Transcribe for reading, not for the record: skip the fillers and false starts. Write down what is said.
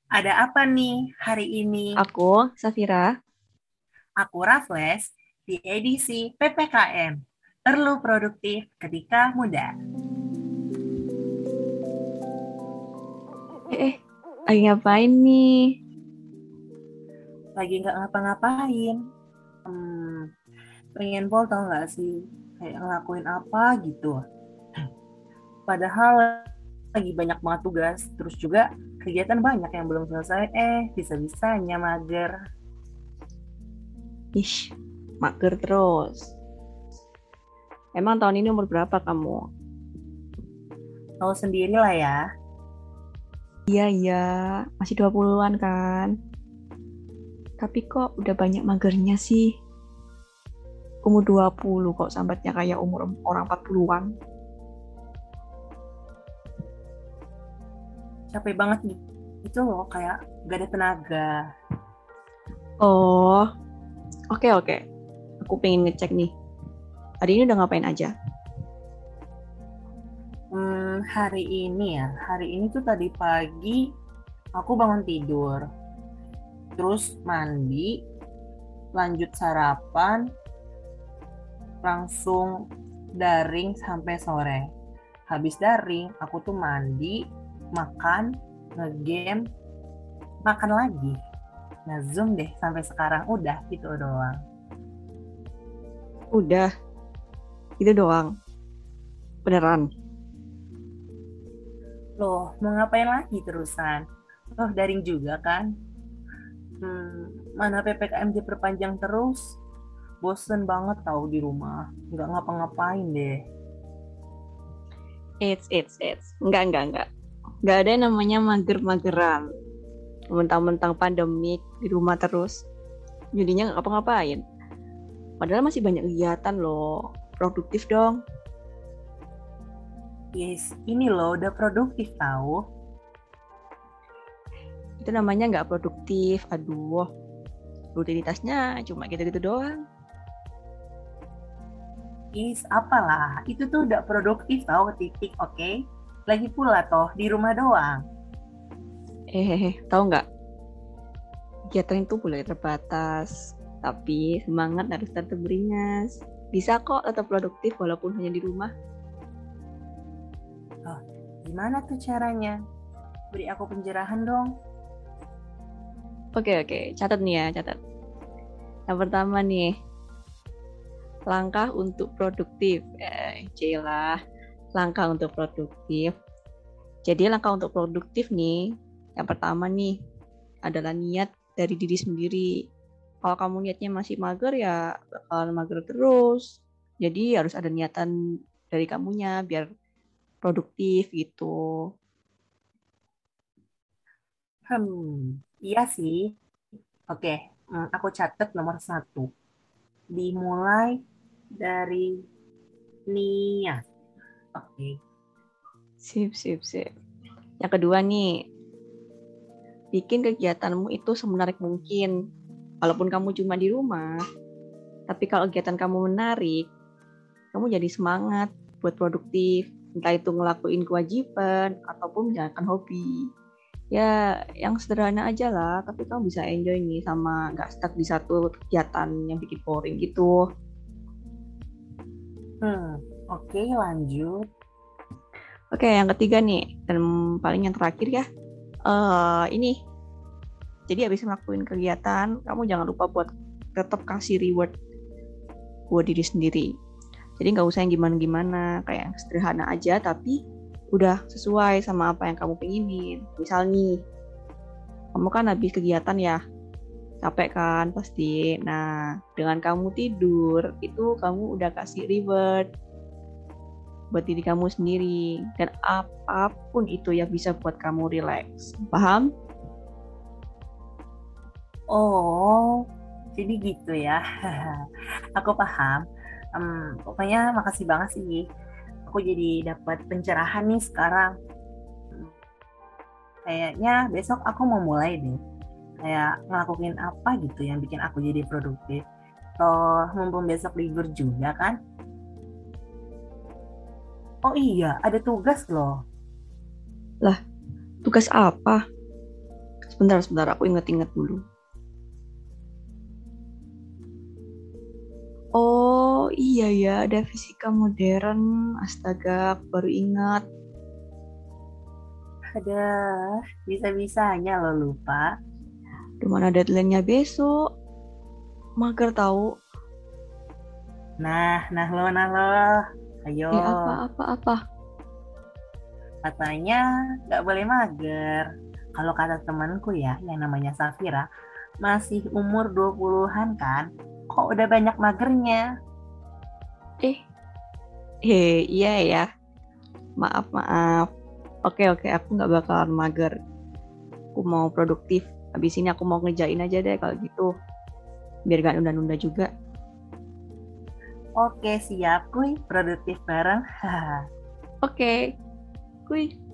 Ada apa nih hari ini? Aku, Safira. Aku Raffles di edisi PPKM. Perlu produktif ketika muda. Eh, lagi ngapain nih? Lagi nggak ngapa-ngapain. Pengen pol tau nggak sih? Kayak ngelakuin apa gitu. Padahal lagi banyak banget tugas. Terus juga kegiatan banyak yang belum selesai. Bisa-bisanya mager. Ih, mager terus. Emang tahun ini umur berapa kamu? Tahu sendiri lah ya. Iya, iya, masih 20-an kan? Tapi kok udah banyak magernya sih? Umur 20 kok sambatnya kayak umur orang 40-an. Capek banget gitu. Itu loh kayak gak ada tenaga. Oh, oke oke. Aku pengen ngecek nih. Hari ini udah ngapain aja? Hari ini tuh tadi pagi aku bangun tidur, terus mandi, lanjut sarapan, langsung daring sampai sore. Habis daring, aku tuh mandi, makan, ngegame, makan lagi. Nge-zoom deh sampai sekarang udah gitu doang. Udah, itu doang. Beneran. Loh, mau ngapain lagi terusan? Oh, daring juga kan? Mana PPKM diperpanjang terus? Bosen banget tahu di rumah. Nggak ngapa-ngapain deh. It's. Enggak. Enggak ada yang namanya mager-mageran. Mentang-mentang pandemik di rumah terus. Jadinya nggak ngapa-ngapain. Padahal masih banyak kegiatan loh. Produktif dong. Yes, ini loh udah produktif tahu. Itu namanya nggak produktif. Aduh, rutinitasnya cuma gitu-gitu doang. Is, apalah. Itu tuh udah produktif tahu titik, oke? Lagi pula toh di rumah doang. Tahu nggak? Kegiatan itu boleh terbatas. Tapi semangat harus tetap beringas. Bisa kok tetap produktif walaupun hanya di rumah. Oh, gimana tuh caranya? Beri aku pencerahan dong. Oke. Catat nih ya, catat. Yang pertama nih, langkah untuk produktif. Cila. Langkah untuk produktif. Jadi langkah untuk produktif nih, yang pertama nih adalah niat dari diri sendiri. Kalau kamu niatnya masih mager ya bakal mager terus. Jadi harus ada niatan dari kamunya biar produktif gitu. Iya sih. Oke, aku catat nomor satu. Dimulai dari niat. Oke. Sip. Yang kedua nih, bikin kegiatanmu itu semenarik mungkin. Walaupun kamu cuma di rumah, tapi kalau kegiatan kamu menarik, kamu jadi semangat buat produktif. Entah itu ngelakuin kewajiban ataupun menjalankan hobi. Ya, yang sederhana aja lah, tapi kamu bisa enjoy nih sama nggak stuck di satu kegiatan yang bikin boring gitu. Oke, lanjut. Oke, yang ketiga nih, dan paling yang terakhir ya, ini. Jadi habis ngelakuin kegiatan, kamu jangan lupa buat tetap kasih reward buat diri sendiri. Jadi nggak usah yang gimana-gimana, kayak yang sederhana aja, tapi udah sesuai sama apa yang kamu pengenin. Misal nih, kamu kan habis kegiatan ya, capek kan pasti. Nah, dengan kamu tidur, itu kamu udah kasih reward buat diri kamu sendiri. Dan apapun itu yang bisa buat kamu relax. Paham? Oh, jadi gitu ya. Aku paham. Pokoknya makasih banget sih. Aku jadi dapat pencerahan nih sekarang. Kayaknya besok aku mau mulai deh. Kayak ngelakuin apa gitu yang bikin aku jadi produktif. Toh mumpung besok libur juga kan. Oh iya, ada tugas loh. Lah, tugas apa? Sebentar, aku inget-inget dulu. Oh iya ya, ada fisika modern. Astaga, aku baru ingat. Ada, bisa-bisanya lo lupa. Di mana deadline-nya besok. Mager tahu. Nah lo. Ayo, Apa. katanya nggak boleh mager. Kalau kata temanku ya, yang namanya Safira, masih umur 20-an kan, kok udah banyak magernya. Eh, iya ya. Maaf. Oke, aku nggak bakalan mager. Aku mau produktif. Habis ini aku mau ngejain aja deh kalau gitu. Biar gak nunda-nunda juga. Oke, siap, kuy. Produktif bareng. Oke, kuy.